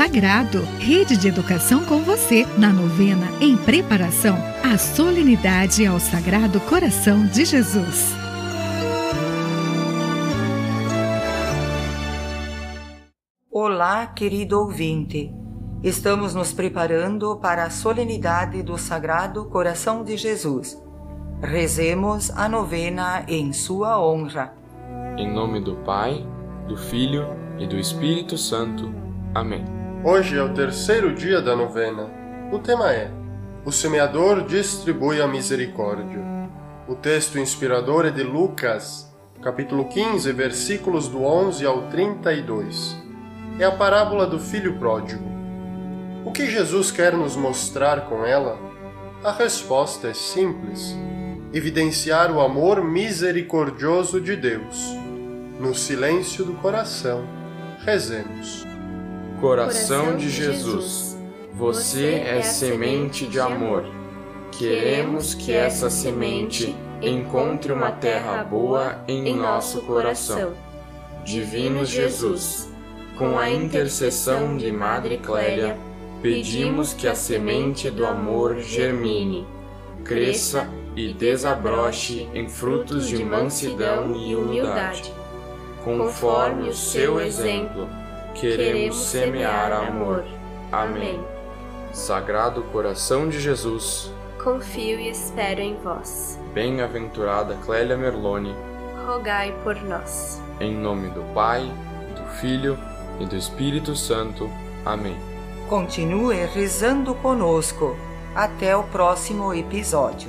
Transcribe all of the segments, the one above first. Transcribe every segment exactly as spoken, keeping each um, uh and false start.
Sagrado, rede de educação com você, na novena em preparação à solenidade ao Sagrado Coração de Jesus. Olá, querido ouvinte. Estamos nos preparando para a solenidade do Sagrado Coração de Jesus. Rezemos a novena em sua honra. Em nome do Pai, do Filho e do Espírito Santo. Amém. Hoje é o terceiro dia da novena. O tema é: o semeador distribui a misericórdia. O texto inspirador é de Lucas, capítulo quinze, versículos do onze ao trinta e dois. É a parábola do filho pródigo. O que Jesus quer nos mostrar com ela? A resposta é simples: evidenciar o amor misericordioso de Deus. No silêncio do coração, rezemos. Coração de Jesus, você é semente de amor. Queremos que essa semente encontre uma terra boa em nosso coração. Divino Jesus, com a intercessão de Madre Clélia, pedimos que a semente do amor germine, cresça e desabroche em frutos de mansidão e humildade. Conforme o seu exemplo, queremos semear amor. Amém. Sagrado Coração de Jesus, confio e espero em vós. Bem-aventurada Clélia Merloni, rogai por nós. Em nome do Pai, do Filho e do Espírito Santo. Amém. Continue rezando conosco. Até o próximo episódio.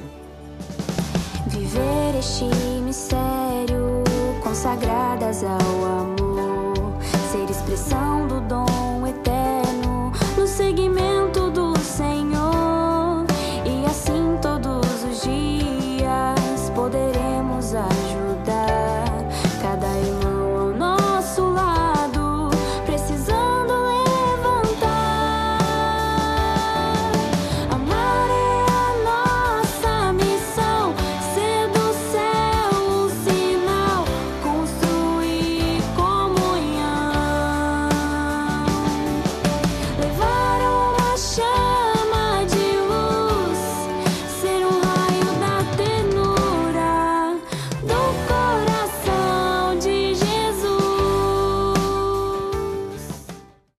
Viver este mistério, consagradas ao amor, ser expressão do dom eterno, no seguimento